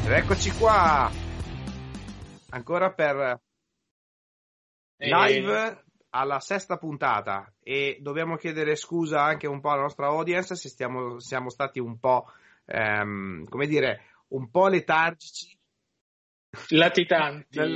Eccoci qua, ancora per live alla sesta puntata, e dobbiamo chiedere scusa anche un po' alla nostra audience se siamo stati un po', come dire, un po' letargici. Latitanti.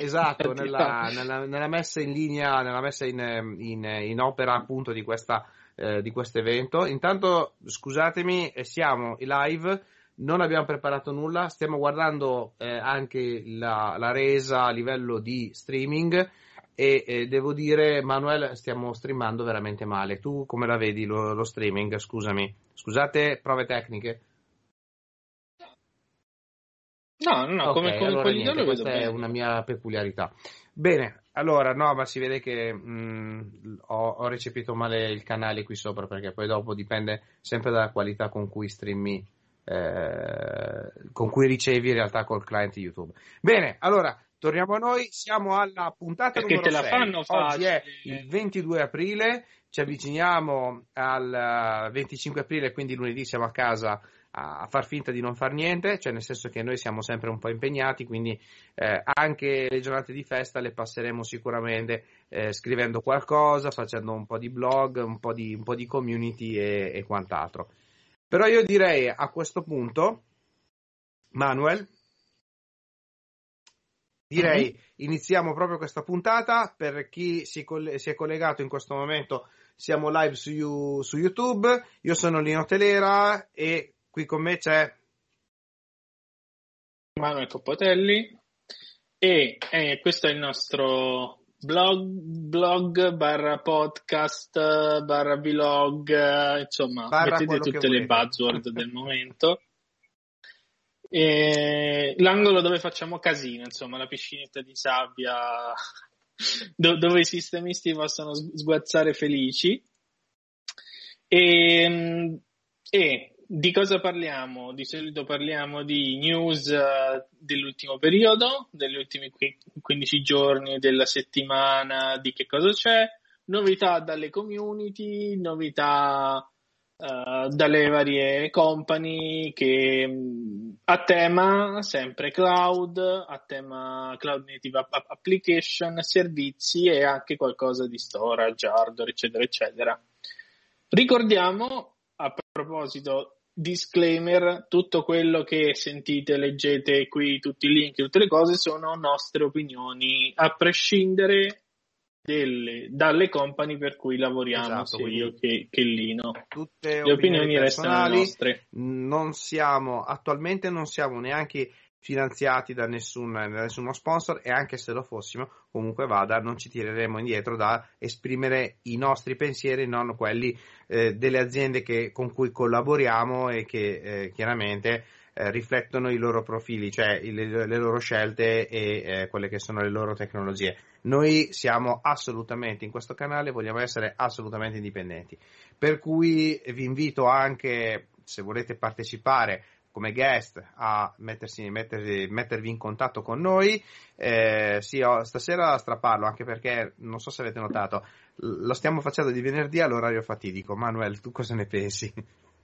Nella messa in linea, nella messa in opera appunto di questo evento. Intanto scusatemi, siamo in live, non abbiamo preparato nulla, stiamo guardando anche la resa a livello di streaming e devo dire, Manuel, stiamo streamando veramente male. Tu come la vedi lo streaming? Scusate, prove tecniche. No, Ok, come allora qualità niente, lo vedo questa è bene. una mia peculiarità. Bene, allora no, ma si vede che ho recepito male il canale qui sopra, perché poi dopo dipende sempre dalla qualità con cui streami, con cui ricevi in realtà col client YouTube. Bene, allora torniamo a noi, siamo alla puntata Perché numero te la 6. fanno Oggi è facile. il 22 aprile, ci avviciniamo al 25 aprile, quindi lunedì siamo a casa a far finta di non far niente, cioè nel senso che noi siamo sempre un po' impegnati, quindi anche le giornate di festa le passeremo sicuramente scrivendo qualcosa, facendo un po' di blog, un po' di community e quant'altro. Però io direi a questo punto, Manuel, iniziamo proprio questa puntata. Per chi si è collegato in questo momento, siamo live su YouTube. Io sono Lino Telera e qui con me c'è Manuel Coppotelli e questo è il nostro blog barra podcast barra vlog, insomma, mettete tutte le buzzword del momento. E l'angolo dove facciamo casino, insomma, la piscinetta di sabbia dove i sistemisti possono sguazzare felici. E di cosa parliamo? Di solito parliamo di news dell'ultimo periodo, degli ultimi 15 giorni della settimana, di che cosa c'è, novità dalle community, novità dalle varie company che a tema sempre cloud, a tema cloud native application, servizi e anche qualcosa di storage, hardware, eccetera, eccetera. Ricordiamo, a proposito, disclaimer, tutto quello che sentite, leggete qui, tutti i link, tutte le cose sono nostre opinioni, a prescindere dalle company per cui lavoriamo, esatto, sia io che Lino. Tutte le opinioni restano le nostre. Attualmente non siamo neanche finanziati da nessuno sponsor, e anche se lo fossimo, comunque vada, non ci tireremo indietro da esprimere i nostri pensieri, non quelli delle aziende con cui collaboriamo e che chiaramente riflettono i loro profili, cioè le loro scelte e quelle che sono le loro tecnologie. Noi siamo assolutamente in questo canale, vogliamo essere assolutamente indipendenti, per cui vi invito anche, se volete partecipare come guest, a mettervi in contatto con noi. Stasera straparlo, anche perché non so se avete notato, lo stiamo facendo di venerdì all'orario fatidico. Manuel, tu cosa ne pensi?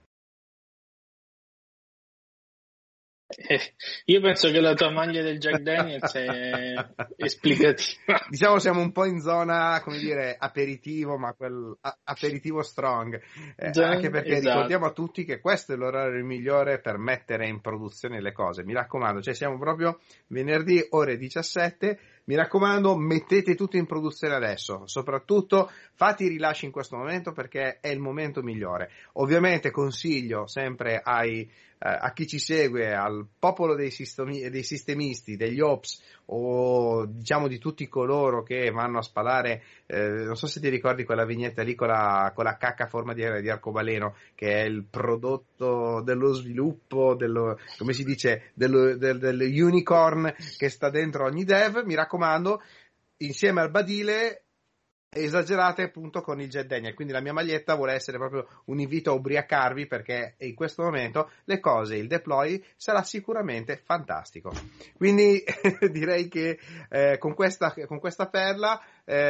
Io penso che la tua maglia del Jack Daniels è esplicativa. Diciamo siamo un po' in zona, come dire, aperitivo, ma aperitivo strong, anche perché esatto. Ricordiamo a tutti che questo è l'orario migliore per mettere in produzione le cose, mi raccomando, cioè siamo proprio venerdì ore 17, mi raccomando, mettete tutto in produzione adesso, soprattutto fate i rilasci in questo momento, perché è il momento migliore. Ovviamente consiglio sempre a chi ci segue, al popolo dei sistemisti, degli ops, o diciamo di tutti coloro che vanno a spalare, non so se ti ricordi quella vignetta lì con la cacca a forma di arcobaleno, che è il prodotto dello sviluppo, come si dice, del unicorn che sta dentro ogni dev. Mi raccomando, insieme al badile esagerate appunto con il Jack Daniel, quindi la mia maglietta vuole essere proprio un invito a ubriacarvi, perché in questo momento le cose, il deploy sarà sicuramente fantastico. Quindi direi che con questa perla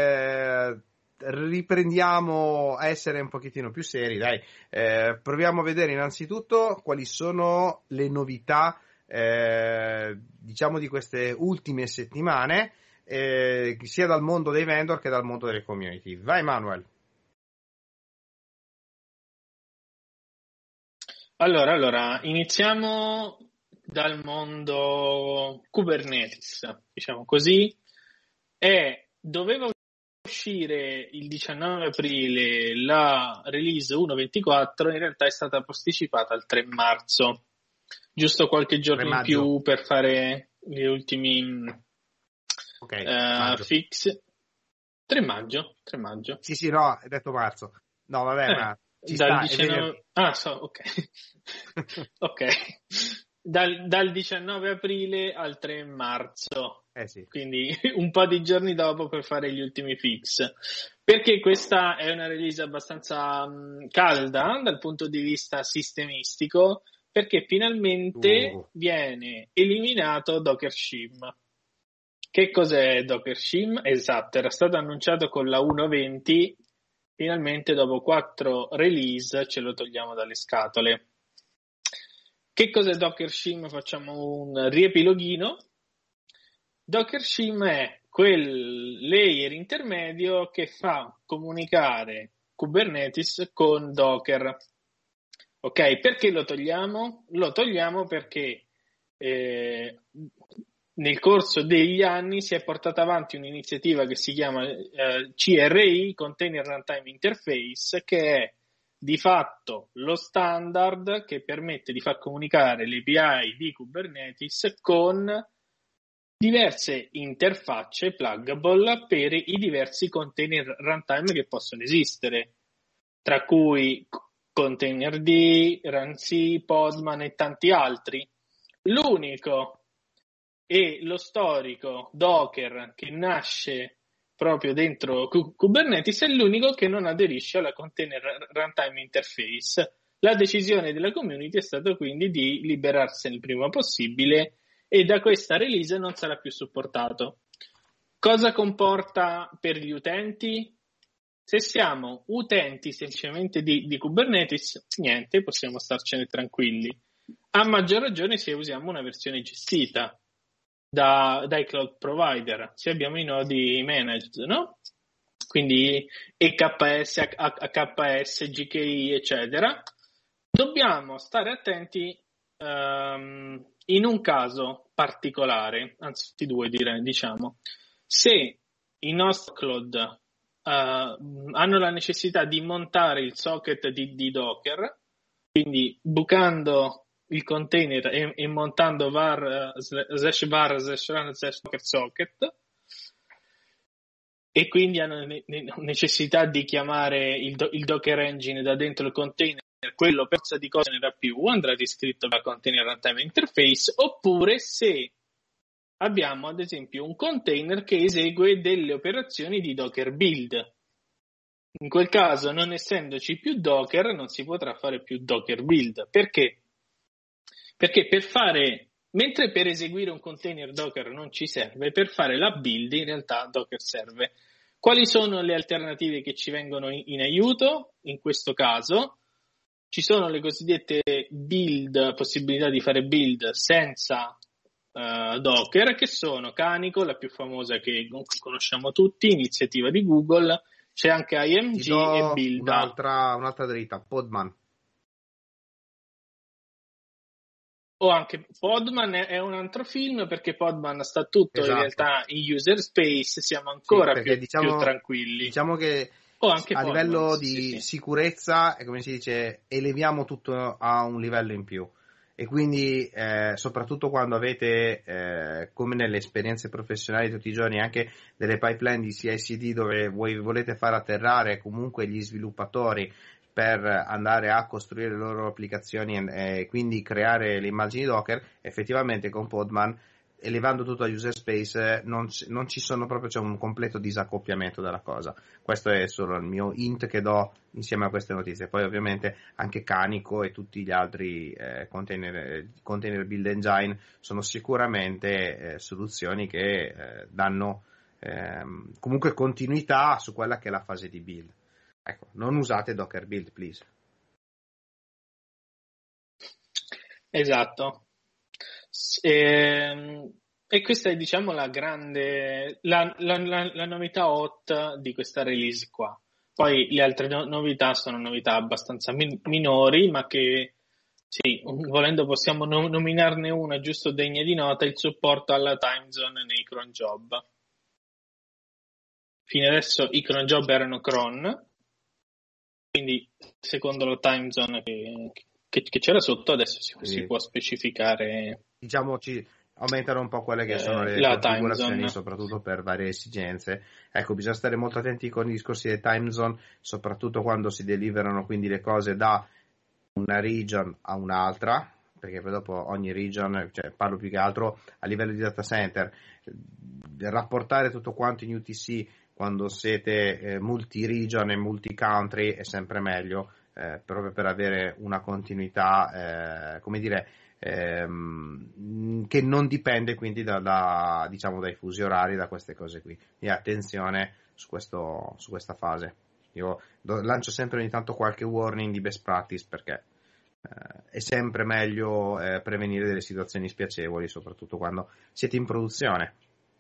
riprendiamo a essere un pochettino più seri, dai. Proviamo a vedere innanzitutto quali sono le novità diciamo di queste ultime settimane, sia dal mondo dei vendor che dal mondo delle community. Vai Manuel. Allora, iniziamo dal mondo Kubernetes, diciamo così, doveva uscire il 19 aprile la release 1.24, in realtà è stata posticipata al 3 marzo, giusto qualche giorno in più per fare gli ultimi fix. 3 maggio. Sì, no, hai detto marzo. No, vabbè, ma ci dal sta, 19... ok. Ok. Dal 19 aprile al 3 marzo. Sì. Quindi un po' di giorni dopo per fare gli ultimi fix. Perché questa è una release abbastanza calda dal punto di vista sistemistico, perché finalmente viene eliminato Docker Shim. Che cos'è Docker Shim? Esatto, era stato annunciato con la 1.20, finalmente dopo 4 release ce lo togliamo dalle scatole. Che cos'è Docker Shim? Facciamo un riepiloghino. Docker Shim è quel layer intermedio che fa comunicare Kubernetes con Docker. Ok, perché lo togliamo? Lo togliamo perché nel corso degli anni si è portata avanti un'iniziativa che si chiama CRI, Container Runtime Interface, che è di fatto lo standard che permette di far comunicare le API di Kubernetes con diverse interfacce pluggable per i diversi container runtime che possono esistere, tra cui Containerd, Runc, Podman e tanti altri. L'unico e lo storico Docker che nasce proprio dentro Kubernetes è l'unico che non aderisce alla Container Runtime Interface. La decisione della community è stata quindi di liberarsene il prima possibile e da questa release non sarà più supportato. Cosa comporta per gli utenti? Se siamo utenti semplicemente di Kubernetes, niente, possiamo starcene tranquilli. A maggior ragione se usiamo una versione gestita dai cloud provider, se abbiamo i nodi managed, no? Quindi EKS, AKS, GKI, eccetera. Dobbiamo stare attenti in un caso particolare, anzi due diciamo. Se i nostri cloud hanno la necessità di montare il socket di Docker, quindi bucando il container e montando var /run /docker socket, e quindi hanno necessità di chiamare il Docker Engine da dentro il container, quello per forza di cose ne era più, andrà riscritto da Container Runtime Interface, oppure se abbiamo ad esempio un container che esegue delle operazioni di Docker build. In quel caso, non essendoci più Docker, non si potrà fare più Docker build. Perché? Perché mentre per eseguire un container Docker non ci serve, per fare la build in realtà Docker serve. Quali sono le alternative che ci vengono in aiuto? In questo caso ci sono le cosiddette build, possibilità di fare build senza Docker, che sono Canonical, la più famosa che conosciamo tutti, iniziativa di Google, c'è anche IMG e Build. Un'altra dritta, Podman. O anche Podman è un altro film, perché Podman sta tutto in realtà in user space, siamo ancora più tranquilli. Diciamo che anche a Podman, livello di sicurezza, come si dice, eleviamo tutto a un livello in più. E quindi soprattutto quando avete, come nelle esperienze professionali di tutti i giorni, anche delle pipeline di CI/CD dove voi volete far atterrare comunque gli sviluppatori per andare a costruire le loro applicazioni e quindi creare le immagini Docker, effettivamente con Podman, elevando tutto a user space, non ci sono proprio, c'è un completo disaccoppiamento della cosa. Questo è solo il mio hint che do insieme a queste notizie. Poi ovviamente anche Canico e tutti gli altri container build engine sono sicuramente soluzioni che danno comunque continuità su quella che è la fase di build. Ecco, non usate Docker build, please. Esatto. E questa è, diciamo, la novità hot di questa release qua. Poi le altre novità sono novità abbastanza minori, ma che, sì, volendo possiamo nominarne una giusto degna di nota: il supporto alla time zone nei cron job. Fino adesso i cron job erano cron, quindi secondo la time zone che c'era sotto, adesso si può specificare. Diciamo aumentano un po' quelle che sono le configurazioni, soprattutto per varie esigenze. Ecco, bisogna stare molto attenti con i discorsi delle time zone, soprattutto quando si deliverano quindi le cose da una region a un'altra, perché poi dopo ogni region, cioè parlo più che altro a livello di data center, rapportare tutto quanto in UTC quando siete multi-region e multi-country è sempre meglio, proprio per avere una continuità, come dire, che non dipende quindi diciamo dai fusi orari, da queste cose qui. Quindi attenzione su questa fase. Io lancio sempre ogni tanto qualche warning di best practice, perché è sempre meglio prevenire delle situazioni spiacevoli, soprattutto quando siete in produzione.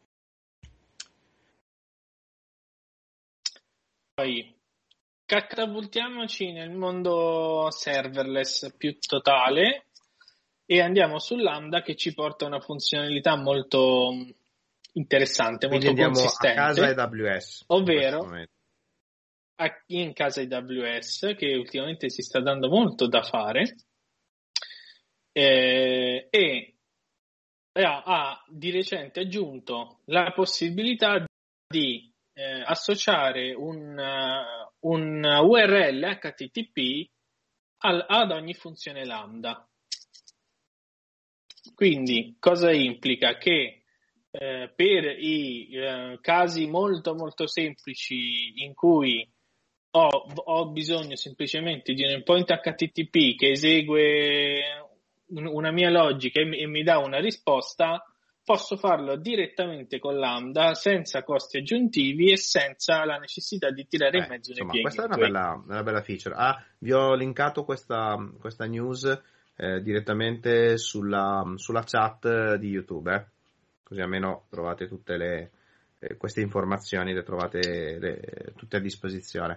Poi catapultiamoci nel mondo serverless più totale e andiamo su Lambda, che ci porta una funzionalità molto interessante, quindi molto andiamo consistente, a casa AWS, ovvero in casa AWS, che ultimamente si sta dando molto da fare, e ha di recente aggiunto la possibilità di associare un URL HTTP ad ogni funzione Lambda. Quindi cosa implica? Che per i casi molto molto semplici in cui ho bisogno semplicemente di un endpoint HTTP che esegue una mia logica e mi dà una risposta, posso farlo direttamente con Lambda senza costi aggiuntivi e senza la necessità di tirare in mezzo le pieghe. Questa è una bella feature. Vi ho linkato questa news direttamente sulla chat di YouTube, così almeno trovate tutte queste informazioni, le trovate tutte a disposizione.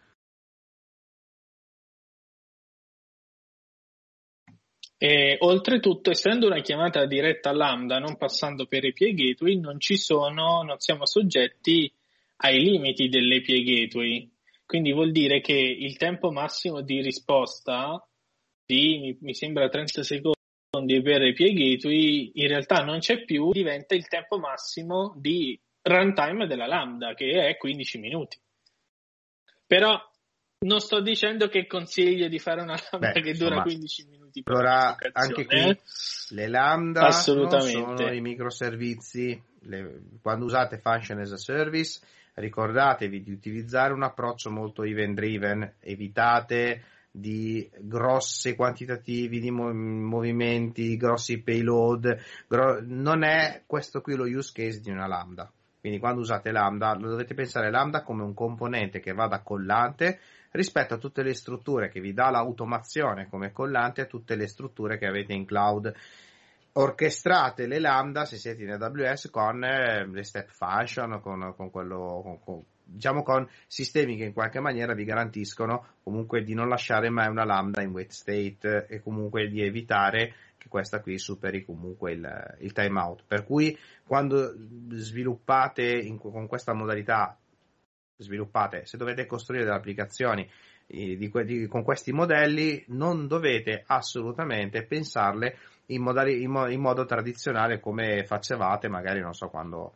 E oltretutto, essendo una chiamata diretta a Lambda, non passando per API Gateway, non siamo soggetti ai limiti dell'API Gateway. Quindi vuol dire che il tempo massimo di risposta mi sembra 30 secondi per API Gateway, in realtà non c'è più, diventa il tempo massimo di runtime della Lambda, che è 15 minuti. Però non sto dicendo che consiglio di fare una Lambda che dura 15 minuti per allora, anche qui le Lambda non sono i microservizi. Quando usate function as a service, ricordatevi di utilizzare un approccio molto event driven, evitate di grossi quantitativi di movimenti, grossi payload, non è questo qui lo use case di una Lambda. Quindi quando usate Lambda dovete pensare a Lambda come un componente che vada collante rispetto a tutte le strutture che vi dà l'automazione come collante, a tutte le strutture che avete in cloud. Orchestrate le Lambda, se siete in AWS, con le step function, diciamo con sistemi che in qualche maniera vi garantiscono comunque di non lasciare mai una Lambda in wait state e comunque di evitare che questa qui superi comunque il timeout. Per cui quando sviluppate con questa modalità, se dovete costruire delle applicazioni con questi modelli, non dovete assolutamente pensarle in modo tradizionale come facevate magari, non so, quando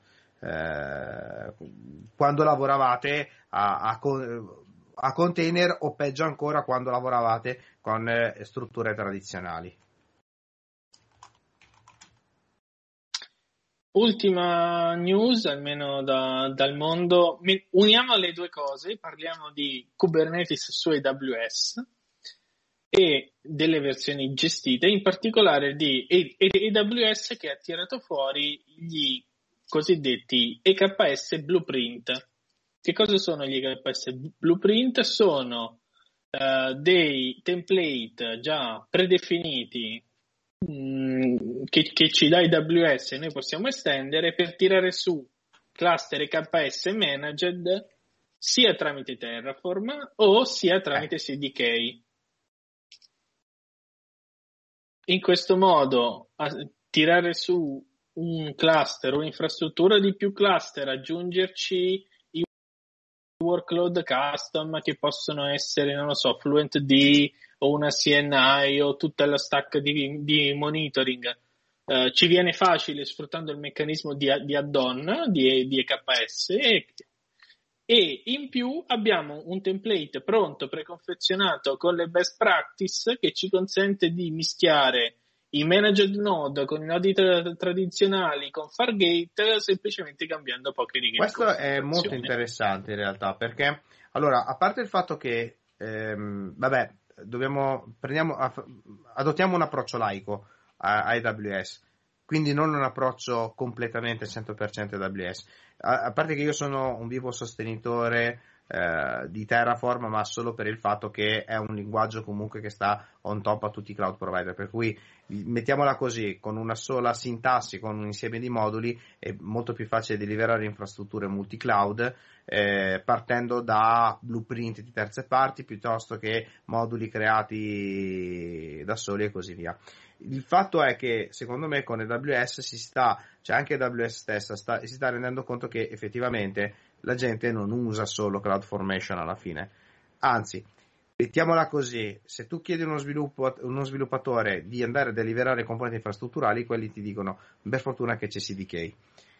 lavoravate a container, o peggio ancora quando lavoravate con strutture tradizionali. Ultima news, almeno dal mondo, uniamo le due cose, parliamo di Kubernetes su AWS e delle versioni gestite, in particolare di AWS, che ha tirato fuori gli cosiddetti EKS Blueprint. Che cosa sono gli EKS Blueprint? Sono dei template già predefiniti che ci dà AWS noi possiamo estendere per tirare su cluster EKS managed sia tramite Terraform o sia tramite CDK. In questo modo tirare su un cluster o un'infrastruttura di più cluster, aggiungerci i workload custom che possono essere, non lo so, FluentD o una CNI o tutta la stack di monitoring, ci viene facile sfruttando il meccanismo di add-on di EKS e in più abbiamo un template pronto, preconfezionato con le best practice che ci consente di mischiare i managed node con i nodi tradizionali con Fargate, semplicemente cambiando poche righe. Questo è molto interessante in realtà, perché allora, a parte il fatto che adottiamo un approccio laico a AWS, quindi non un approccio completamente 100% AWS. A parte che io sono un vivo sostenitore di Terraform, ma solo per il fatto che è un linguaggio comunque che sta on top a tutti i cloud provider, per cui mettiamola così, con una sola sintassi, con un insieme di moduli è molto più facile deliverare infrastrutture multi-cloud partendo da blueprint di terze parti piuttosto che moduli creati da soli e così via. Il fatto è che secondo me con AWS cioè anche AWS stessa si sta rendendo conto che effettivamente la gente non usa solo CloudFormation alla fine, anzi, mettiamola così, se tu chiedi uno sviluppatore di andare a deliverare componenti infrastrutturali, quelli ti dicono per fortuna che c'è CDK.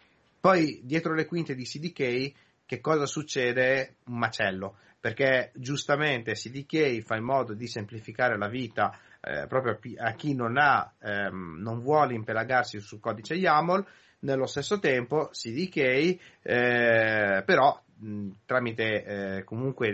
Poi dietro le quinte di CDK che cosa succede? Un macello, perché giustamente CDK fa in modo di semplificare la vita proprio a chi non vuole impelagarsi sul codice YAML. Nello stesso tempo CDK però tramite comunque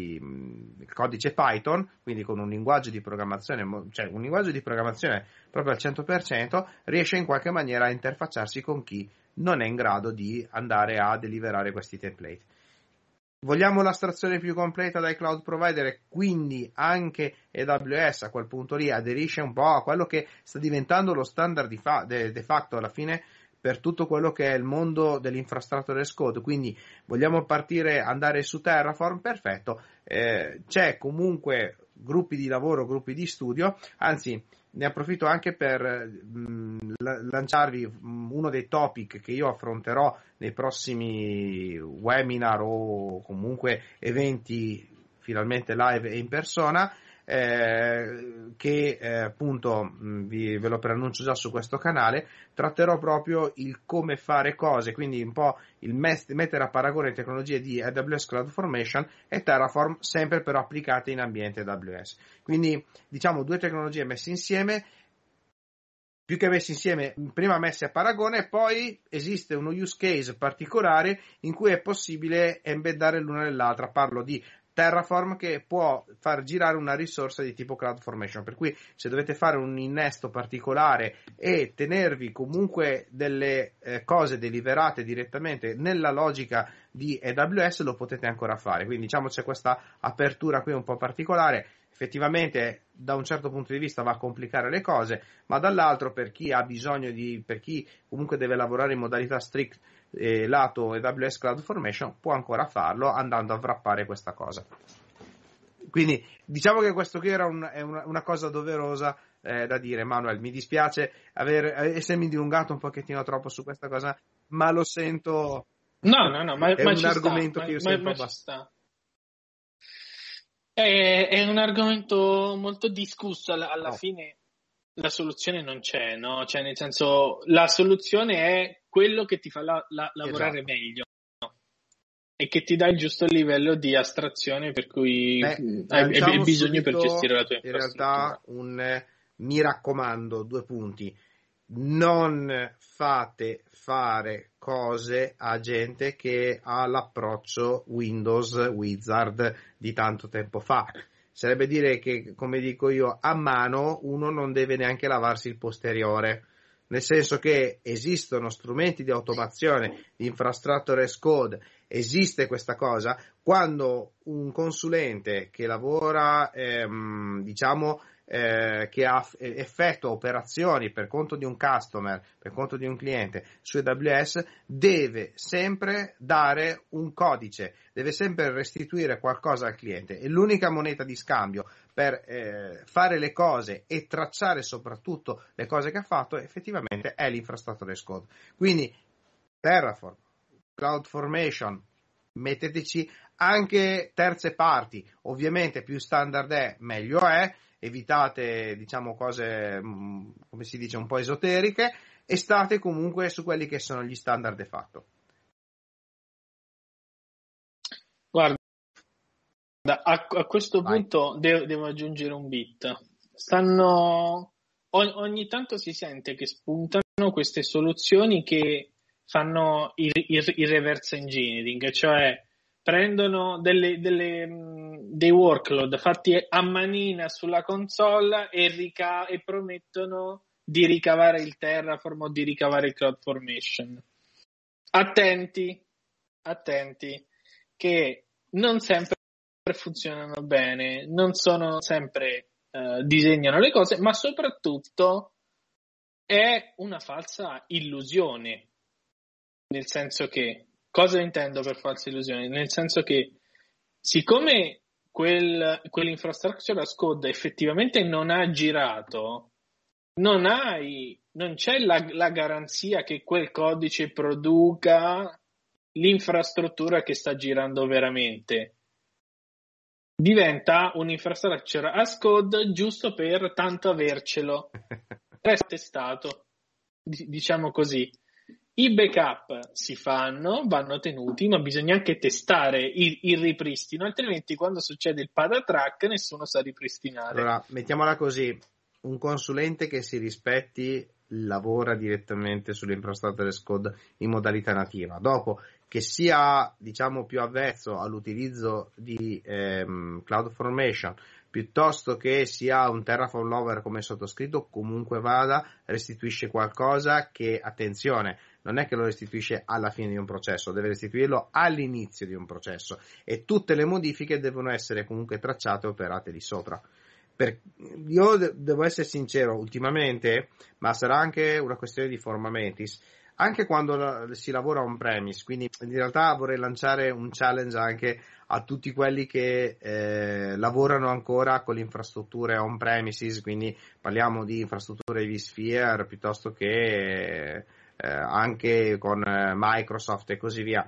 il codice Python, quindi con un linguaggio di programmazione, cioè un linguaggio di programmazione proprio al 100%, riesce in qualche maniera a interfacciarsi con chi non è in grado di andare a deliverare questi template. Vogliamo l'astrazione più completa dai cloud provider e quindi anche AWS a quel punto lì aderisce un po' a quello che sta diventando lo standard de facto alla fine per tutto quello che è il mondo dell'infrastructure as code, quindi vogliamo andare su Terraform, perfetto, c'è comunque gruppi di lavoro, gruppi di studio, anzi ne approfitto anche per lanciarvi uno dei topic che io affronterò nei prossimi webinar o comunque eventi finalmente live e in persona, che appunto ve lo preannuncio già su questo canale. Tratterò proprio il come fare cose, quindi un po' il mettere a paragone le tecnologie di AWS CloudFormation e Terraform, sempre però applicate in ambiente AWS. Quindi diciamo due tecnologie messe insieme, più che messi insieme, prima messi a paragone, e poi esiste uno use case particolare in cui è possibile embeddare l'una nell'altra. Parlo di Terraform che può far girare una risorsa di tipo CloudFormation, per cui se dovete fare un innesto particolare e tenervi comunque delle cose deliverate direttamente nella logica di AWS, lo potete ancora fare. Quindi diciamo c'è questa apertura qui un po' particolare. Effettivamente da un certo punto di vista va a complicare le cose, ma dall'altro per chi ha bisogno per chi comunque deve lavorare in modalità strict lato AWS CloudFormation può ancora farlo andando a wrappare questa cosa. Quindi diciamo che questo qui era una cosa doverosa da dire. Manuel, mi dispiace essermi dilungato un pochettino troppo su questa cosa, ma lo sento. No, ma è un argomento che io sento abbastanza. È un argomento molto discusso, alla fine la soluzione non c'è, no? Cioè nel senso, la soluzione è quello che ti fa lavorare esatto. meglio, no? E che ti dà il giusto livello di astrazione per cui hai bisogno per gestire la tua infrastruttura. In realtà mi raccomando, 2 punti: non fate fare cose a gente che ha l'approccio Windows Wizard di tanto tempo fa. Sarebbe dire che, come dico io, a mano uno non deve neanche lavarsi il posteriore, nel senso che esistono strumenti di automazione, di infrastructure as code, esiste questa cosa. Quando un consulente che lavora che effettua operazioni per conto di un customer, per conto di un cliente su AWS, deve sempre dare un codice, deve sempre restituire qualcosa al cliente, e l'unica moneta di scambio per fare le cose e tracciare soprattutto le cose che ha fatto effettivamente è l'infrastructure as code. Quindi Terraform, CloudFormation, metteteci anche terze parti, ovviamente più standard è meglio è, evitate diciamo cose come si dice un po' esoteriche e state comunque su quelli che sono gli standard de fatto. Guarda, a questo punto devo aggiungere un bit. Ogni tanto si sente che spuntano queste soluzioni che fanno il reverse engineering, cioè prendono dei workload fatti a manina sulla console e promettono di ricavare il Terraform o di ricavare il CloudFormation. Attenti che non sempre funzionano bene, non sono sempre disegnano le cose, ma soprattutto è una falsa illusione, nel senso che, cosa intendo per falsa illusione? Nel senso che siccome quell'infrastructure as code effettivamente non ha girato, non c'è la garanzia che quel codice produca l'infrastruttura che sta girando veramente. Diventa un'infrastructure as code giusto per tanto avercelo. Resta testato, diciamo così. I backup si fanno, vanno tenuti, ma bisogna anche testare il ripristino, altrimenti quando succede il patatrack nessuno sa ripristinare. Allora, mettiamola così, un consulente che si rispetti lavora direttamente sull'infrastructure as code in modalità nativa. Dopo che sia diciamo più avvezzo all'utilizzo di CloudFormation piuttosto che sia un Terraform lover come sottoscritto, comunque vada, restituisce qualcosa che, attenzione, non è che lo restituisce alla fine di un processo, deve restituirlo all'inizio di un processo, e tutte le modifiche devono essere comunque tracciate e operate lì sopra. Io devo essere sincero, ultimamente, ma sarà anche una questione di forma mentis, anche quando si lavora on premise, quindi in realtà vorrei lanciare un challenge anche a tutti quelli che lavorano ancora con le infrastrutture on premises, quindi parliamo di infrastrutture vSphere piuttosto che anche con Microsoft e così via.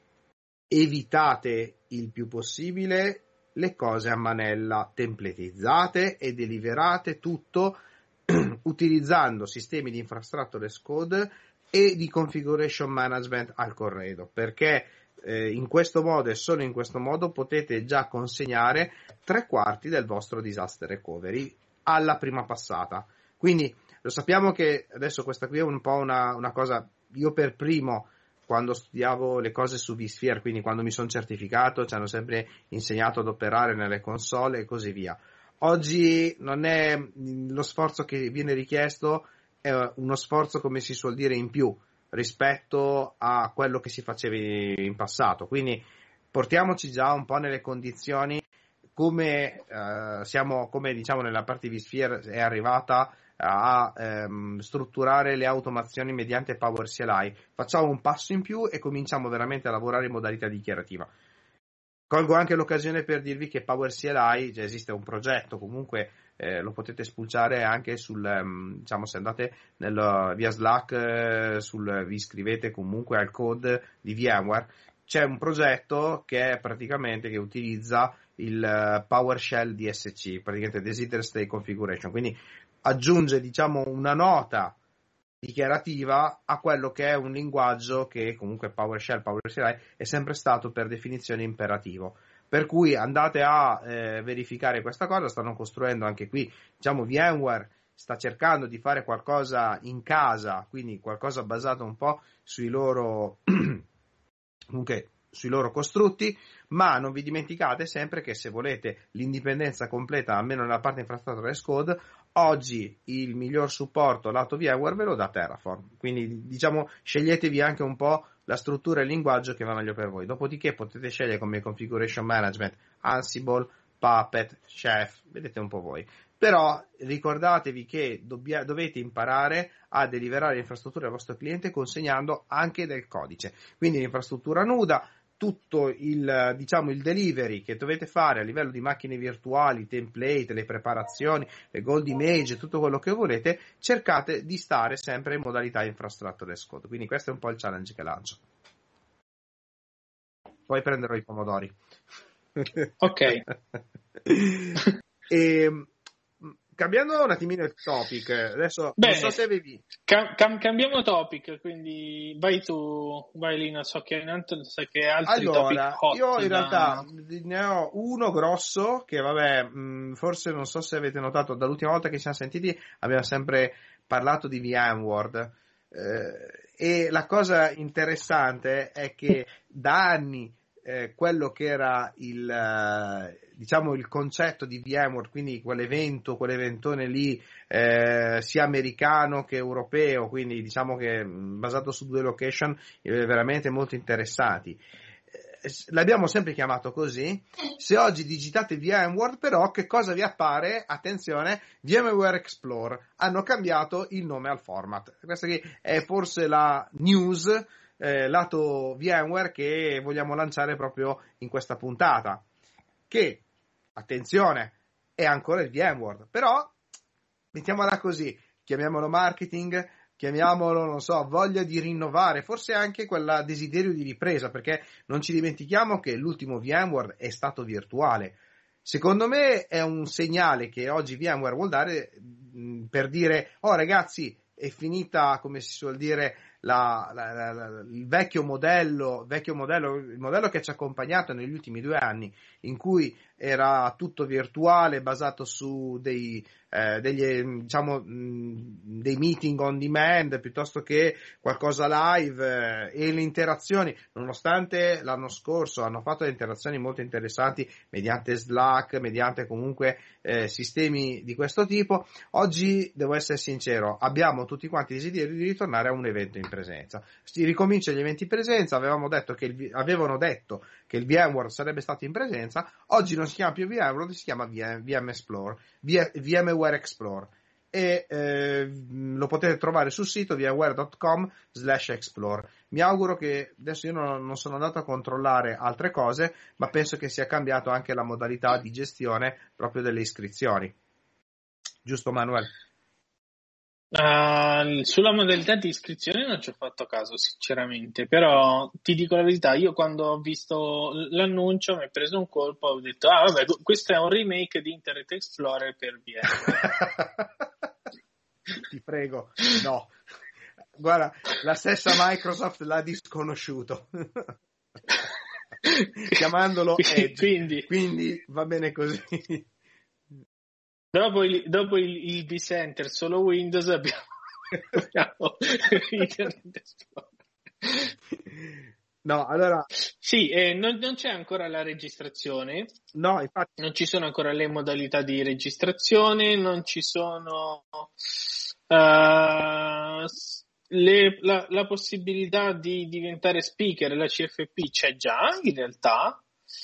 Evitate il più possibile le cose a manella, templatizzate e deliverate tutto utilizzando sistemi di infrastructure as code e di configuration management al corredo, perché in questo modo e solo in questo modo potete già consegnare 3/4 del vostro disaster recovery alla prima passata. Quindi lo sappiamo che adesso questa qui è un po' una cosa, io per primo quando studiavo le cose su vSphere, quindi quando mi sono certificato, ci hanno sempre insegnato ad operare nelle console e così via. Oggi non è lo sforzo che viene richiesto, è uno sforzo, come si suol dire, in più rispetto a quello che si faceva in passato. Quindi portiamoci già un po' nelle condizioni come come diciamo nella parte di vSphere è arrivata a strutturare le automazioni mediante Power CLI. Facciamo un passo in più e cominciamo veramente a lavorare in modalità dichiarativa. Colgo anche l'occasione per dirvi che Power CLI, già esiste un progetto, comunque lo potete spulciare anche diciamo se andate via Slack, vi iscrivete comunque al code di VMware, c'è un progetto che è praticamente che utilizza il PowerShell DSC, praticamente Designated State Configuration, quindi aggiunge diciamo una nota dichiarativa a quello che è un linguaggio che comunque PowerShell, PowerShell è sempre stato per definizione imperativo, per cui andate a verificare questa cosa. Stanno costruendo anche qui, diciamo VMware sta cercando di fare qualcosa in casa, quindi qualcosa basato un po' sui loro comunque sui loro costrutti, ma non vi dimenticate sempre che se volete l'indipendenza completa, almeno nella parte infrastrutture as code, oggi il miglior supporto lato VMware ve lo dà Terraform, quindi diciamo sceglietevi anche un po' la struttura e il linguaggio che va meglio per voi. Dopodiché potete scegliere come configuration management Ansible, Puppet, Chef, vedete un po' voi. Però ricordatevi che dovete imparare a deliverare l'infrastruttura al vostro cliente consegnando anche del codice. Quindi l'infrastruttura nuda, tutto il delivery che dovete fare a livello di macchine virtuali, template, le preparazioni, le gold image, tutto quello che volete, cercate di stare sempre in modalità infrastructure as code. Quindi questo è un po' il challenge che lancio. Poi prenderò i pomodori. Ok. Cambiando un attimino il topic, adesso bene, non so se avevi... cambiamo topic, quindi vai Lina, so che altri topic hot. Io in realtà ne ho uno grosso che vabbè, forse non so se avete notato, dall'ultima volta che ci siamo sentiti abbiamo sempre parlato di VMware, e la cosa interessante è che da anni quello che era il concetto di VMware, quindi quell'eventone lì, sia americano che europeo, quindi diciamo che basato su 2 location, veramente molto interessati. L'abbiamo sempre chiamato così. Se oggi digitate VMware, però, che cosa vi appare? Attenzione, VMware Explore. Hanno cambiato il nome al format. Questa qui è forse la news lato VMware che vogliamo lanciare proprio in questa puntata, che, attenzione, è ancora il VMware, però mettiamola così, chiamiamolo marketing, chiamiamolo, non so, voglia di rinnovare, forse anche quella desiderio di ripresa, perché non ci dimentichiamo che l'ultimo VMware è stato virtuale. Secondo me è un segnale che oggi VMware vuol dare per dire: oh ragazzi, è finita, come si suol dire, il vecchio modello, il modello che ci ha accompagnato negli ultimi 2 anni, in cui era tutto virtuale, basato su dei meeting on demand piuttosto che qualcosa live, e le interazioni, nonostante l'anno scorso hanno fatto delle interazioni molto interessanti mediante Slack, mediante comunque sistemi di questo tipo. Oggi, devo essere sincero, abbiamo tutti quanti desiderio di ritornare a un evento in presenza. Si ricomincia gli eventi in presenza, avevano detto che il VMware sarebbe stato in presenza, oggi non si chiama più VMware, si chiama VMware Explore, e lo potete trovare sul sito vmware.com/explore. Mi auguro che, adesso io non sono andato a controllare altre cose, ma penso che sia cambiato anche la modalità di gestione proprio delle iscrizioni. Giusto, Manuel? Sulla modalità di iscrizione non ci ho fatto caso sinceramente, però ti dico la verità, io quando ho visto l'annuncio mi è preso un colpo, ho detto vabbè, questo è un remake di Internet Explorer per VMware. Ti prego, no, guarda, la stessa Microsoft l'ha disconosciuto chiamandolo Edge, quindi va bene così. Dopo il vCenter solo Windows abbiamo Internet Explorer. No, allora... Sì, non c'è ancora la registrazione. No, infatti. Non ci sono ancora le modalità di registrazione, non ci sono la possibilità di diventare speaker, la CFP c'è già in realtà.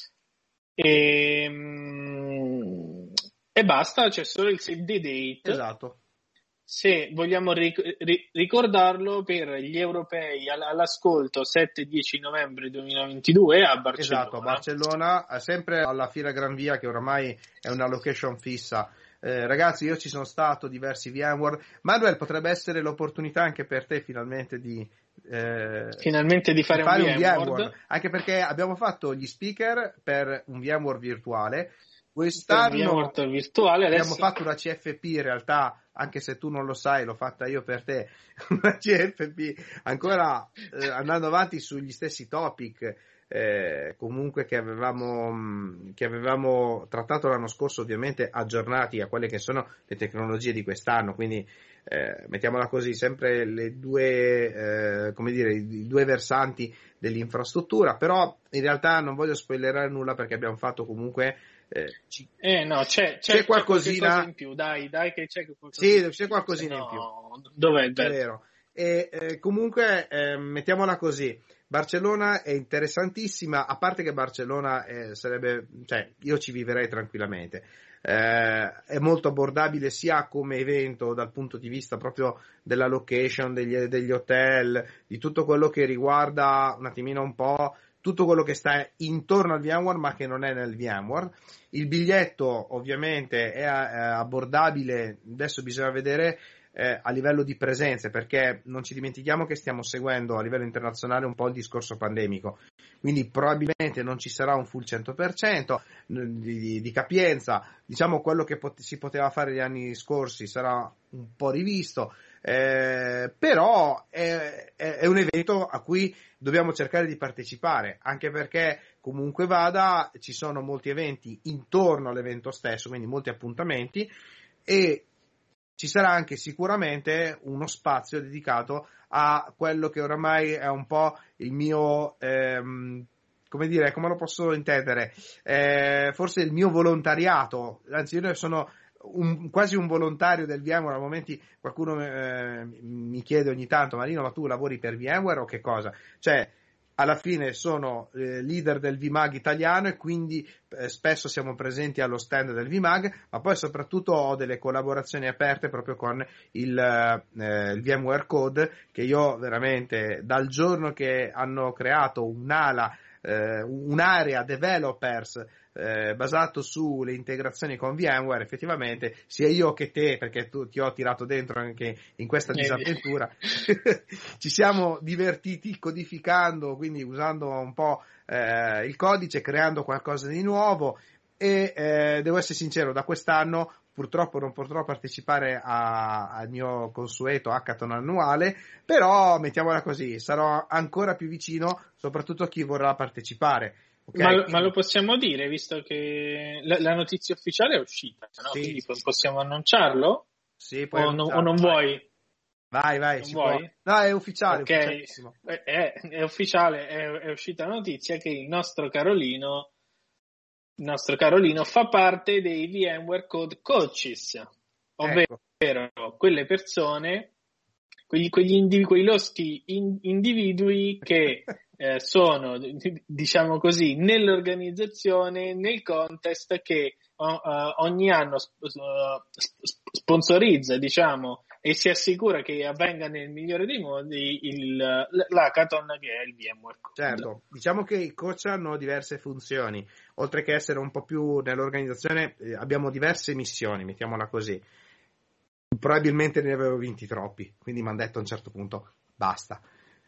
E basta, c'è solo il save the date. Esatto. Se vogliamo ricordarlo per gli europei all'ascolto 7-10 novembre 2022 a Barcellona. Esatto, a Barcellona, sempre alla Fiera Gran Via, che oramai è una location fissa. Ragazzi, io ci sono stato, diversi VMware. Manuel, potrebbe essere l'opportunità anche per te finalmente di fare un VMware, anche perché abbiamo fatto gli speaker per un VMware virtuale. Quest'anno abbiamo fatto una CFP, in realtà, anche se tu non lo sai, l'ho fatta io per te, una CFP ancora andando avanti sugli stessi topic comunque che avevamo trattato l'anno scorso, ovviamente aggiornati a quelle che sono le tecnologie di quest'anno, quindi mettiamola così, sempre le due i 2 versanti dell'infrastruttura, però in realtà non voglio spoilerare nulla perché abbiamo fatto comunque c'è qualcosina in più, dai che c'è qualcosina. Sì, c'è qualcosina in più. Dov'è il vero? E comunque mettiamola così, Barcellona è interessantissima, a parte che Barcellona sarebbe, cioè io ci vivrei tranquillamente. È molto abbordabile sia come evento dal punto di vista proprio della location, degli hotel, di tutto quello che riguarda un attimino un po' tutto quello che sta intorno al VMware ma che non è nel VMware. Il biglietto ovviamente è abbordabile, adesso bisogna vedere a livello di presenze, perché non ci dimentichiamo che stiamo seguendo a livello internazionale un po' il discorso pandemico, quindi probabilmente non ci sarà un full 100% di capienza, diciamo quello che si poteva fare gli anni scorsi sarà un po' rivisto, però è un evento a cui dobbiamo cercare di partecipare, anche perché comunque vada ci sono molti eventi intorno all'evento stesso, quindi molti appuntamenti, e ci sarà anche sicuramente uno spazio dedicato a quello che oramai è un po' il mio, come dire, come lo posso intendere? Forse il mio volontariato, anzi io sono quasi un volontario del VMware, a momenti qualcuno mi chiede ogni tanto, Marino, ma tu lavori per VMware o che cosa? Cioè, alla fine sono leader del VMAG italiano e quindi spesso siamo presenti allo stand del VMAG, ma poi soprattutto ho delle collaborazioni aperte proprio con il VMware Code, che io veramente dal giorno che hanno creato un'area developers basato sulle integrazioni con VMware, effettivamente sia io che te, perché ti ho tirato dentro anche in questa disavventura, ci siamo divertiti codificando, quindi usando un po' il codice, creando qualcosa di nuovo, e devo essere sincero, da quest'anno purtroppo non potrò partecipare al mio consueto hackathon annuale, però mettiamola così, sarò ancora più vicino soprattutto a chi vorrà partecipare. Okay, ma lo possiamo dire, visto che la notizia ufficiale è uscita, no? sì, Quindi sì, possiamo annunciarlo? sì, O non vuoi? Vai, Non si può. vuoi? No, è ufficiale, Ok, ufficialissimo. è ufficiale, è uscita la notizia che il nostro Carolino fa parte dei VMware Code Coaches, Ecco, ovvero quelle persone, quei loschi individui che sono, diciamo così, nell'organizzazione, nel contest che ogni anno sponsorizza, diciamo, e si assicura che avvenga nel migliore dei modi l'hackathon che è il VMware Code. certo, diciamo che i coach hanno diverse funzioni, oltre che essere un po' più nell'organizzazione, abbiamo diverse missioni, mettiamola così. Probabilmente ne avevo vinti troppi, quindi mi hanno detto a un certo punto basta,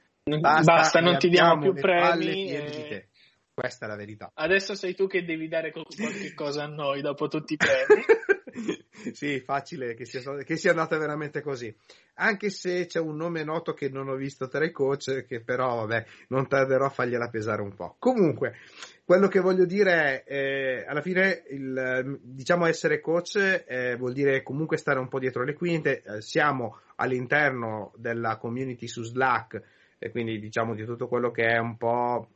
Non ti diamo più le palle premi. piene di te. Questa è la verità. Adesso sei tu che devi dare qualche cosa a noi dopo tutti i premi. Sì, facile che sia andata veramente così. Anche se c'è un nome noto che non ho visto tra i coach, che però, vabbè, non tarderò a fargliela pesare un po'. Comunque, quello che voglio dire è, alla fine, diciamo essere coach vuol dire comunque stare un po' dietro le quinte. Siamo all'interno della community su Slack, e quindi diciamo di tutto quello che è un po'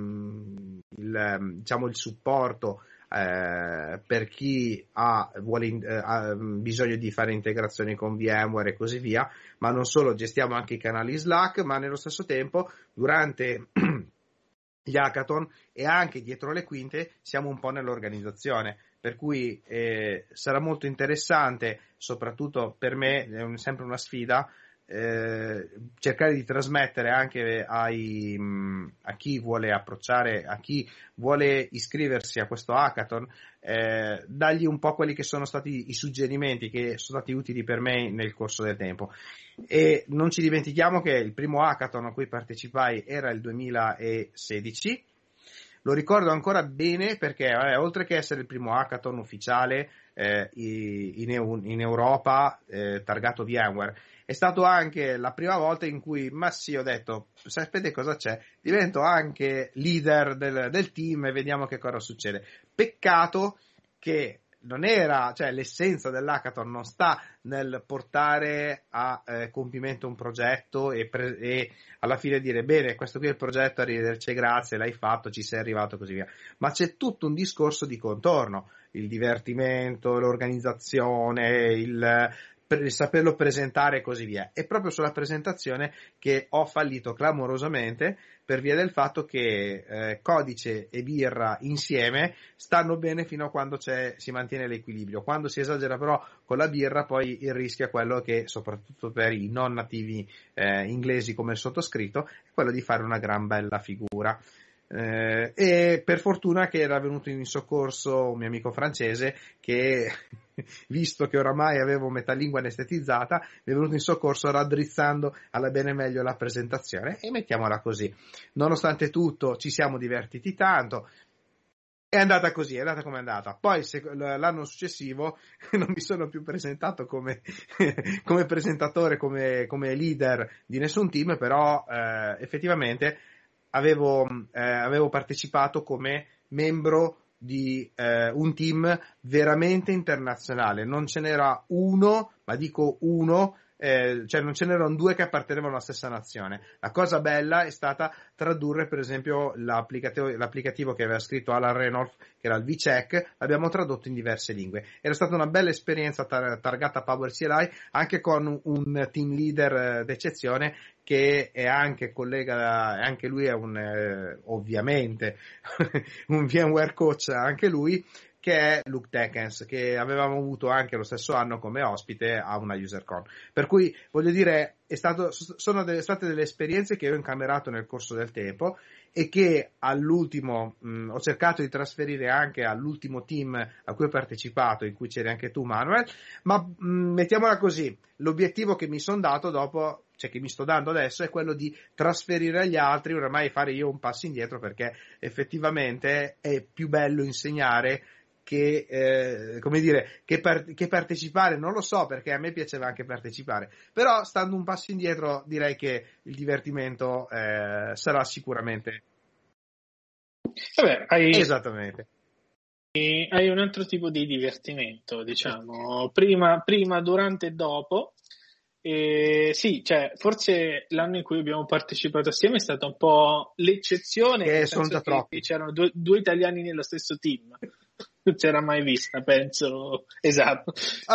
diciamo il supporto per chi ha bisogno di fare integrazioni con VMware e così via, ma non solo, gestiamo anche i canali Slack, ma nello stesso tempo durante gli hackathon e anche dietro le quinte siamo un po' nell'organizzazione, per cui sarà molto interessante, soprattutto per me è sempre una sfida, cercare di trasmettere anche a chi vuole approcciare, a chi vuole iscriversi a questo hackathon, dargli un po' quelli che sono stati i suggerimenti che sono stati utili per me nel corso del tempo. E non ci dimentichiamo che il primo hackathon a cui partecipai era il 2016. Lo ricordo ancora bene perché oltre che essere il primo hackathon ufficiale in Europa targato VMware, è stato anche la prima volta in cui, ma sì, ho detto, sapete cosa c'è? Divento anche leader del team e vediamo che cosa succede. Peccato che non era, cioè l'essenza dell'hackathon non sta nel portare a compimento un progetto e alla fine dire bene, questo qui è il progetto, arrivederci, grazie, l'hai fatto, ci sei arrivato, così via. Ma c'è tutto un discorso di contorno, il divertimento, l'organizzazione, per saperlo presentare e così via. È proprio sulla presentazione che ho fallito clamorosamente, per via del fatto che codice e birra insieme stanno bene fino a quando si mantiene l'equilibrio. Quando si esagera però con la birra, poi il rischio è quello che, soprattutto per i non nativi inglesi come il sottoscritto, è quello di fare una gran bella figura. E per fortuna che era venuto in soccorso un mio amico francese che visto che oramai avevo metà lingua anestetizzata, mi è venuto in soccorso raddrizzando alla bene meglio la presentazione, e mettiamola così. Nonostante tutto ci siamo divertiti tanto. È andata così, è andata come è andata. Poi l'anno successivo non mi sono più presentato come presentatore, come leader di nessun team, però effettivamente avevo partecipato come membro di un team veramente internazionale. Non ce n'era uno, ma dico uno, cioè non ce n'erano due che appartenevano alla stessa nazione. La cosa bella è stata tradurre, per esempio, l'applicativo che aveva scritto Alan Reynolds, che era il VCheck, l'abbiamo tradotto in diverse lingue. Era stata una bella esperienza targata Power CLI, anche con un team leader d'eccezione che è anche collega, anche lui è ovviamente un VMware coach, anche lui, che è Luke Tekens, che avevamo avuto anche lo stesso anno come ospite a una UserCon. Per cui, voglio dire, sono state delle esperienze che ho incamerato nel corso del tempo e che all'ultimo ho cercato di trasferire anche all'ultimo team a cui ho partecipato, in cui c'eri anche tu, Manuel, ma mettiamola così, l'obiettivo che mi sono dato dopo, cioè che mi sto dando adesso, è quello di trasferire agli altri, oramai fare io un passo indietro, perché effettivamente è più bello insegnare che come dire, che partecipare. Non lo so, perché a me piaceva anche partecipare, però stando un passo indietro direi che il divertimento sarà sicuramente esattamente. Hai un altro tipo di divertimento, diciamo, prima, durante e dopo. Sì, cioè, forse l'anno in cui abbiamo partecipato assieme è stata un po' l'eccezione, nel senso che c'erano due italiani nello stesso team. Non c'era mai vista, penso. Esatto.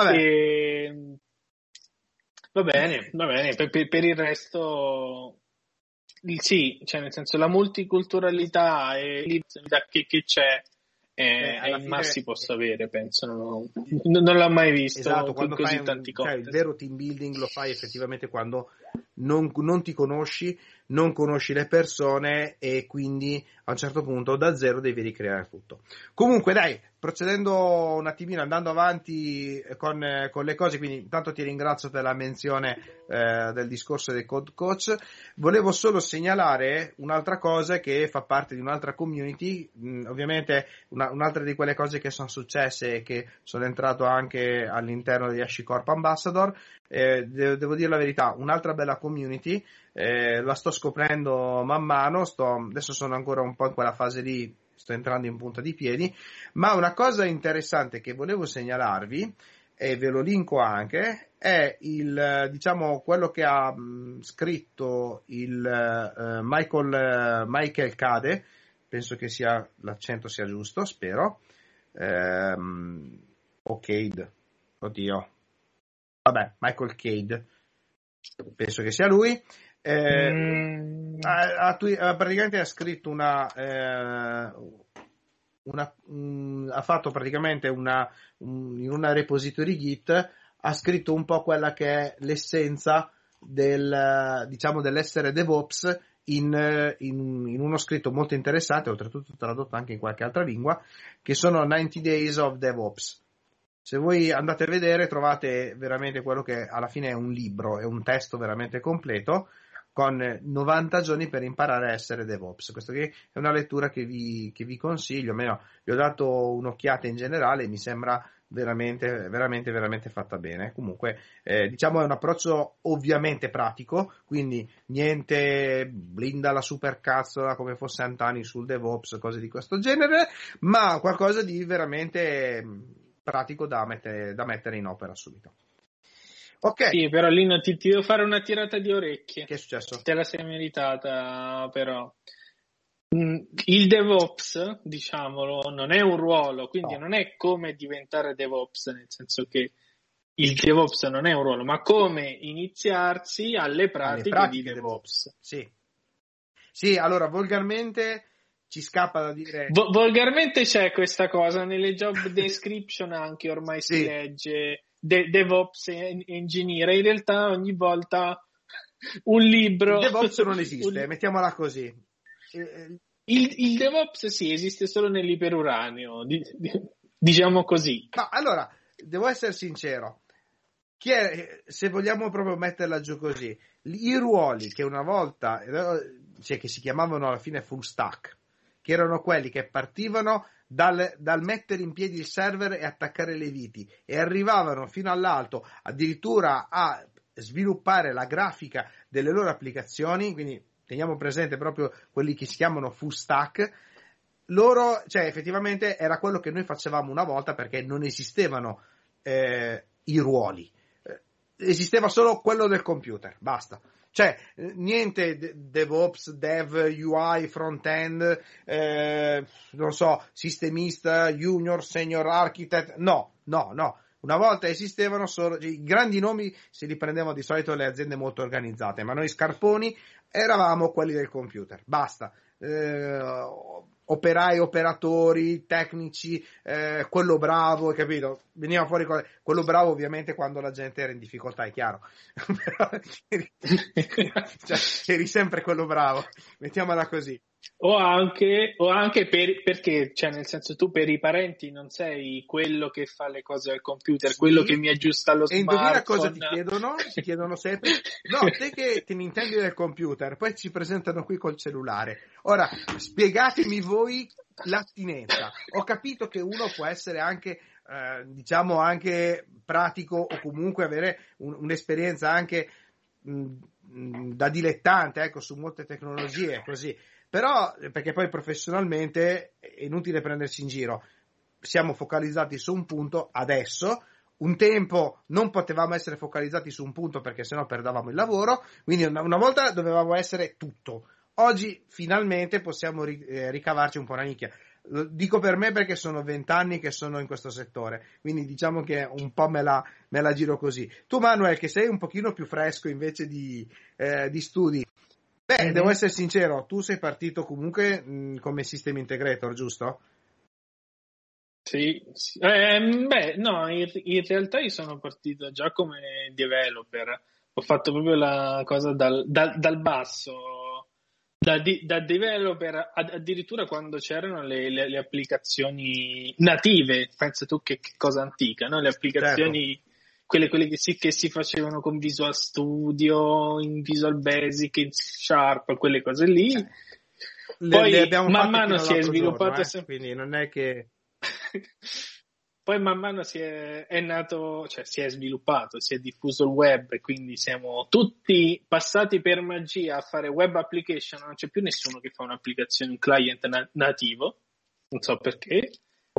Va bene. Per il resto sì, cioè nel senso la multiculturalità e l'identità che c'è è il massimo si possa avere, penso. Non l'ho mai visto. Esatto, quando così fai tanti cioè, il vero team building lo fai effettivamente quando non ti conosci, non conosci le persone, e quindi a un certo punto da zero devi ricreare tutto. Comunque dai, procedendo un attimino, andando avanti con le cose, quindi intanto ti ringrazio per la menzione del discorso dei Code Coach. Volevo solo segnalare un'altra cosa che fa parte di un'altra community, ovviamente un'altra di quelle cose che sono successe e che sono entrato anche all'interno degli HashiCorp Ambassador. Devo dire la verità, un'altra bella community, la sto scoprendo man mano, adesso sono ancora un po' in quella fase lì, sto entrando in punta di piedi, ma una cosa interessante che volevo segnalarvi, e ve lo linko anche, è quello che ha scritto il Michael Cade, penso che l'accento sia giusto, spero, oddio, vabbè, Michael Cade, penso che sia lui. Praticamente ha scritto ha fatto praticamente in una repository Git, ha scritto un po' quella che è l'essenza dell'essere DevOps in uno scritto molto interessante, oltretutto tradotto anche in qualche altra lingua, che sono 90 Days of DevOps. Se voi andate a vedere, trovate veramente quello che alla fine è un libro, è un testo veramente completo, con 90 giorni per imparare a essere DevOps. Questa qui è una lettura che vi consiglio, almeno vi ho dato un'occhiata in generale, mi sembra veramente, veramente, veramente fatta bene. Comunque, diciamo è un approccio ovviamente pratico, quindi niente blinda la supercazzola come fosse Antani sul DevOps, cose di questo genere, ma qualcosa di veramente pratico da mettere in opera subito. Ok. Sì, però Lino, ti devo fare una tirata di orecchie. Che è successo? Te la sei meritata, però. Il DevOps, diciamolo, non è un ruolo, quindi non è come diventare DevOps, nel senso che il DevOps non è un ruolo, ma come iniziarsi alle pratiche di DevOps. Sì, allora volgarmente ci scappa da dire... Volgarmente c'è questa cosa, nelle job description anche ormai si legge DevOps Engineer, in realtà ogni volta un libro... Il DevOps non esiste, mettiamola così. Il DevOps sì, esiste solo nell'iperuranio, diciamo così. Ma allora, devo essere sincero, se vogliamo proprio metterla giù così, i ruoli che una volta, cioè che si chiamavano alla fine full stack, che erano quelli che partivano dal mettere in piedi il server e attaccare le viti e arrivavano fino all'alto addirittura a sviluppare la grafica delle loro applicazioni, quindi teniamo presente proprio quelli che si chiamano full stack, loro, cioè effettivamente era quello che noi facevamo una volta perché non esistevano i ruoli, esisteva solo quello del computer, basta. Cioè, niente DevOps, Dev, UI, front-end, non so, sistemista, junior, senior architect, no. Una volta esistevano solo, i grandi nomi se li prendevano di solito le aziende molto organizzate, ma noi scarponi eravamo quelli del computer, basta. Operai, operatori, tecnici, quello bravo, capito? Veniva fuori quello bravo ovviamente quando la gente era in difficoltà, è chiaro. Però cioè, eri sempre quello bravo, mettiamola così. O anche perché, cioè nel senso tu per i parenti non sei quello che fa le cose al computer, sì, quello che mi aggiusta lo smartphone. E indovina cosa ti chiedono? Ti chiedono sempre, no, te che te ne intendi del computer, poi ci presentano qui col cellulare. Ora, spiegatemi voi l'attinenza. Ho capito che uno può essere anche, diciamo, anche pratico o comunque avere un'esperienza anche da dilettante, ecco, su molte tecnologie, così. Però, perché poi professionalmente è inutile prendersi in giro, siamo focalizzati su un punto adesso, un tempo non potevamo essere focalizzati su un punto perché sennò perdavamo il lavoro, quindi una volta dovevamo essere tutto. Oggi finalmente possiamo ricavarci un po' una nicchia. Lo dico per me perché sono 20 anni che sono in questo settore, quindi diciamo che un po' me la giro così. Tu Manuel, che sei un pochino più fresco invece di studi, devo essere sincero, tu sei partito comunque come System Integrator, giusto? Sì. No, in realtà io sono partito già come developer, ho fatto proprio la cosa dal basso, da developer, addirittura quando c'erano le applicazioni native, pensa tu che cosa antica, no? Le applicazioni... Certo. Quelle che si facevano con Visual Studio, in Visual Basic, in Sharp, quelle cose lì. Poi man mano si è sviluppato quindi non è che... Poi man mano è nato, cioè si è sviluppato, si è diffuso il web e quindi siamo tutti passati per magia a fare web application, non c'è più nessuno che fa un'applicazione, un client nativo, non so perché.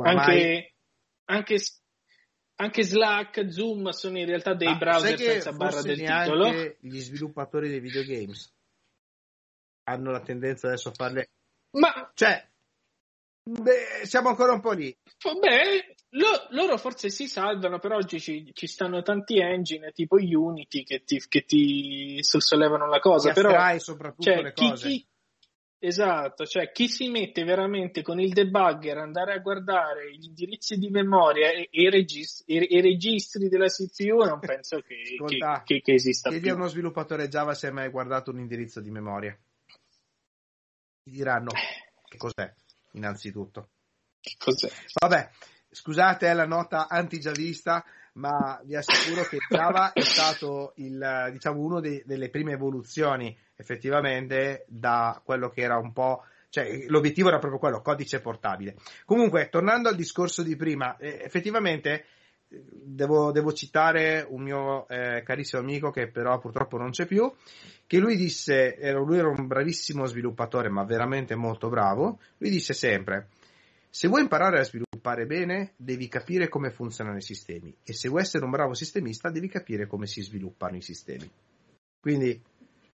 Anche Slack, Zoom sono in realtà dei browser senza barra del titolo. Anche gli sviluppatori dei videogames hanno la tendenza adesso a farle. Ma cioè, siamo ancora un po' lì. Loro forse si salvano, però oggi ci stanno tanti engine tipo Unity che ti sollevano la cosa. Però soprattutto le cose. Esatto, cioè chi si mette veramente con il debugger, andare a guardare gli indirizzi di memoria e i registri della CPU, non penso che esista più. Chiedi a uno sviluppatore Java se hai mai guardato un indirizzo di memoria. Ti diranno che cos'è, innanzitutto. Che cos'è? Vabbè, scusate la nota anti-javista, ma vi assicuro che Java è stato uno delle prime evoluzioni effettivamente da quello che era un po', cioè l'obiettivo era proprio quello, codice portabile. Comunque, tornando al discorso di prima, effettivamente devo citare un mio carissimo amico che però purtroppo non c'è più, che lui era un bravissimo sviluppatore, ma veramente molto bravo. Lui disse sempre: se vuoi imparare a sviluppare bene, devi capire come funzionano i sistemi, e se vuoi essere un bravo sistemista, devi capire come si sviluppano i sistemi. Quindi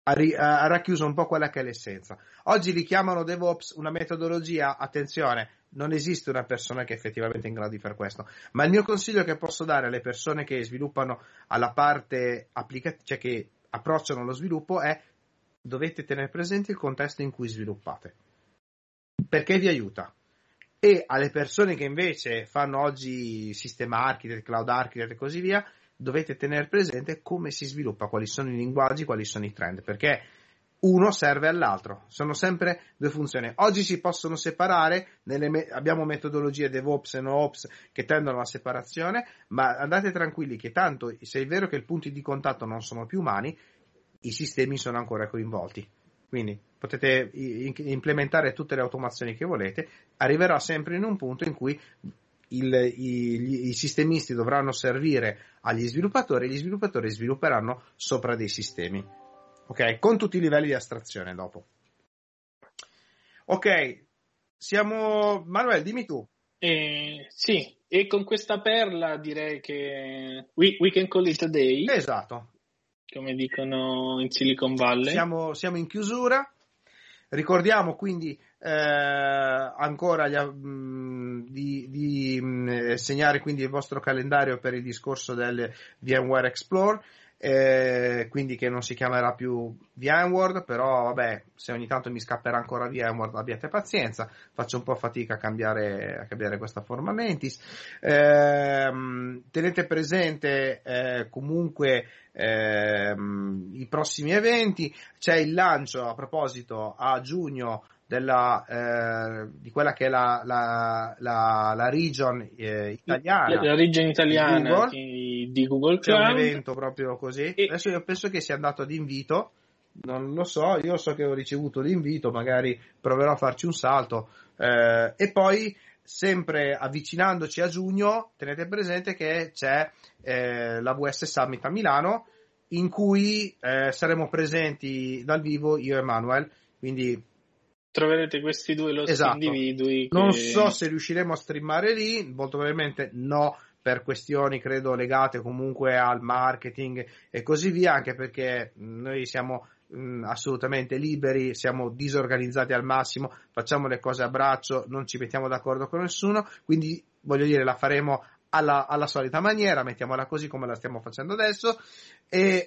ha racchiuso un po' quella che è l'essenza. Oggi li chiamano DevOps una metodologia, attenzione, non esiste una persona che è effettivamente in grado di fare questo, ma il mio consiglio che posso dare alle persone che sviluppano alla parte applicativa, cioè che approcciano lo sviluppo, è: dovete tenere presente il contesto in cui sviluppate, perché vi aiuta. E alle persone che invece fanno oggi sistema architect, cloud architect e così via, dovete tenere presente come si sviluppa, quali sono i linguaggi, quali sono i trend, perché uno serve all'altro, sono sempre due funzioni. Oggi si possono separare, abbiamo metodologie DevOps e NoOps che tendono alla separazione, ma andate tranquilli che tanto, se è vero che i punti di contatto non sono più umani, i sistemi sono ancora coinvolti. Quindi potete implementare tutte le automazioni che volete, arriverà sempre in un punto in cui i sistemisti dovranno servire agli sviluppatori e gli sviluppatori svilupperanno sopra dei sistemi, ok? Con tutti i livelli di astrazione dopo. Ok, Manuel, dimmi tu. Sì, e con questa perla direi che we can call it a day. Esatto. Come dicono in Silicon Valley. Siamo in chiusura. Ricordiamo quindi ancora di segnare quindi il vostro calendario per il discorso del VMware Explore, quindi che non si chiamerà più VMworld, però vabbè, se ogni tanto mi scapperà ancora VMworld abbiate pazienza, faccio un po' fatica a cambiare questa forma mentis. Tenete presente comunque i prossimi eventi. C'è il lancio, a proposito, a giugno di quella che è la region italiana, la region italiana di Google Cloud. C'è un evento proprio così. Adesso io penso che sia andato ad invito, non lo so, io so che ho ricevuto l'invito, magari proverò a farci un salto, e poi sempre avvicinandoci a giugno tenete presente che c'è l'AWS Summit a Milano, in cui saremo presenti dal vivo io e Manuel, quindi troverete questi due individui. Non so se riusciremo a streamare lì, molto probabilmente no, per questioni credo legate comunque al marketing e così via, anche perché noi siamo assolutamente liberi, siamo disorganizzati al massimo, facciamo le cose a braccio, non ci mettiamo d'accordo con nessuno, quindi voglio dire, la faremo alla solita maniera, mettiamola così come la stiamo facendo adesso. E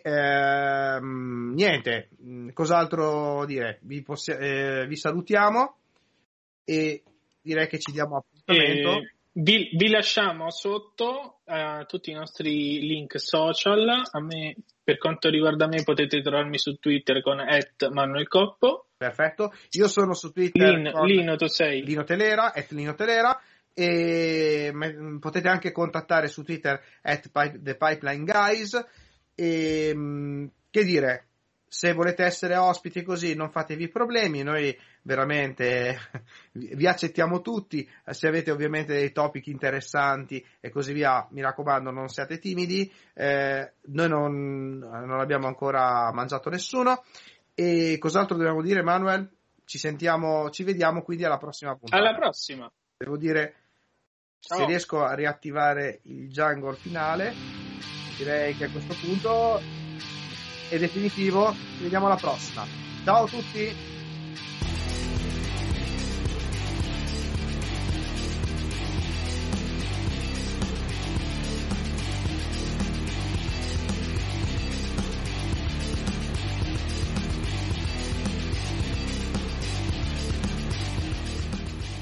niente, cos'altro dire? Vi salutiamo e direi che ci diamo appuntamento. Vi lasciamo sotto tutti i nostri link social. Per quanto riguarda me, potete trovarmi su Twitter con @ManuelCoppo. Perfetto, io sono su Twitter con Lino, tu sei Lino Telera, @LinoTelera, e potete anche contattare su Twitter @ThePipelineGuys. E che dire, se volete essere ospiti così non fatevi problemi, noi veramente vi accettiamo tutti, se avete ovviamente dei topic interessanti e così via, mi raccomando non siate timidi, noi non abbiamo ancora mangiato nessuno. E cos'altro dobbiamo dire, Manuel? Ci vediamo quindi alla prossima puntata. Alla prossima. Devo dire, se riesco a riattivare il jungle finale, direi che a questo punto è definitivo. Ci vediamo alla prossima. Ciao a tutti.